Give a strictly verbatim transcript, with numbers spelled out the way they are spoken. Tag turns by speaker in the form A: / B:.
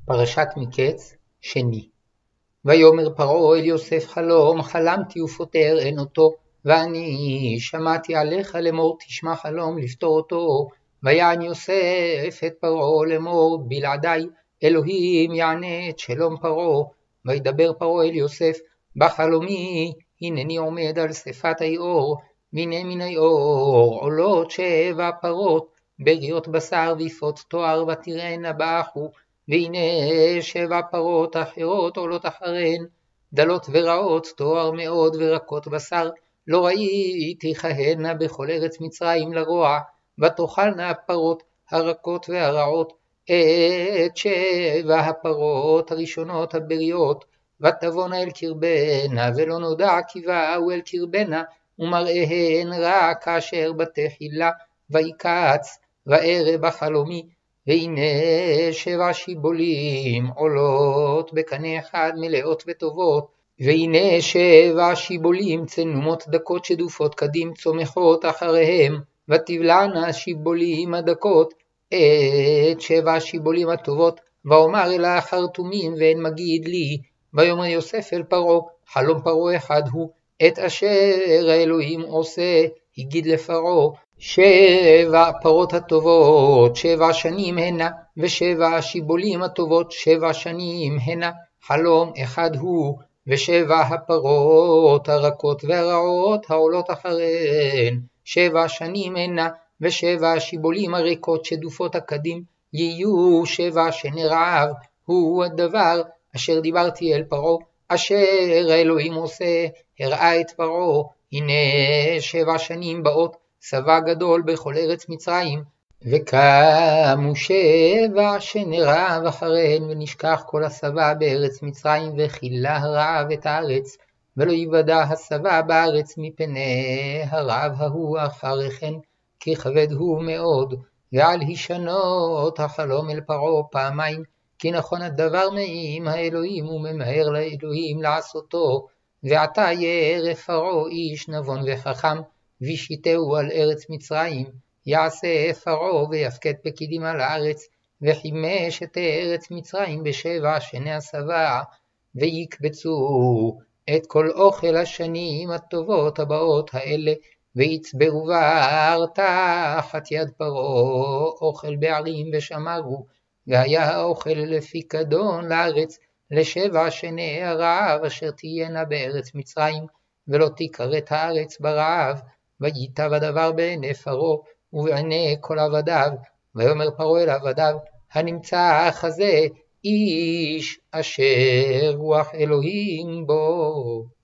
A: פרשת מקץ, שני. ויאמר פרעה אל יוסף חלום, חלמתי ופותר אין אותו, ואני שמעתי עליך לאמור תשמע חלום לפתור אותו. ויען יוסף את פרעה לאמור בלעדי אלוהים יענה את שלום פרעה. וידבר פרעה אל יוסף בחלומי, הנני עומד על שפת היאור, והנה מן היאור עולות שבע פרות, בריות בשר ויפות תואר ותראינה באחו, והנה שבע פרות אחרות עולות אחריהן, דלות ורעות תואר מאוד ורקות בשר, לא ראיתי כהנה בכל ארץ מצרים לרוע, ותאכלנה הפרות הרכות והרעות את שבע הפרות הראשונות הבריות, ותבואנה אל קרבנה ולא נודע כי באו אל קרבנה, ומראיהן רק כאשר בתחילה. ויקץ וערה בחלומי, והנה שבע שיבולים עולות בקנה אחד מלאות וטובות, והנה שבע שיבולים צנומות דקות שדופות קדים צומחות אחריהם, ותבלענה השיבולים הדקות את שבע השיבולים הטובות. ואומר אל החרטומים ואין מגיד לי. ויאמר יוסף אל פרעה, חלום פרעה אחד הוא, את אשר האלוהים עושה הגיד לפרעה, שבע פרות הטובות שבע שנים הנה, ושבע השיבולים הטובות שבע שנים הנה, חלום אחד הוא. ושבע הפרות הרכות והרעות העולות אחריהן שבע שנים הנה, ושבע השיבולים הריקות שדופות הקדים יהיו שבע שני רעב. הוא הדבר אשר דיברתי אל פרעה, אשר האלוהים עושה. הראה את פרעה, הנה שבע שנים באות שבע גדול בכל ארץ מצרים, וקמו שבע שני רעב אחריהן, ונשכח כל השבע בארץ מצרים, וכילה הרעב את הארץ, ולא יוודע השבע בארץ מפני הרעב ההוא אחריכן, כי כבד הוא מאוד. ועל הישנות החלום אל פרעה פעמיים, כי נכון הדבר מעם האלוהים וממהר לאלוהים לעשותו. ועתה ירא פרעה איש נבון וחכם, וישיתהו על ארץ מצרים. יעשה פרעה ויפקד פקידים על הארץ, וחימש את ארץ מצרים בשבע שני השבע, ויקבצו את כל אוכל השנים הטובות הבאות האלה, ויצברו בער תחת יד פרעה אוכל בערים ושמרו. והיה האוכל לפיקדון לארץ לשבע שני הרעב אשר תהיינה בארץ מצרים, ולא תיכרת הארץ ברעב. וייטב הדבר בעיני פרעה ובעיני כל עבדיו. ויאמר פרעה אל עבדיו, הנמצא כזה איש אשר רוח אלוהים בו.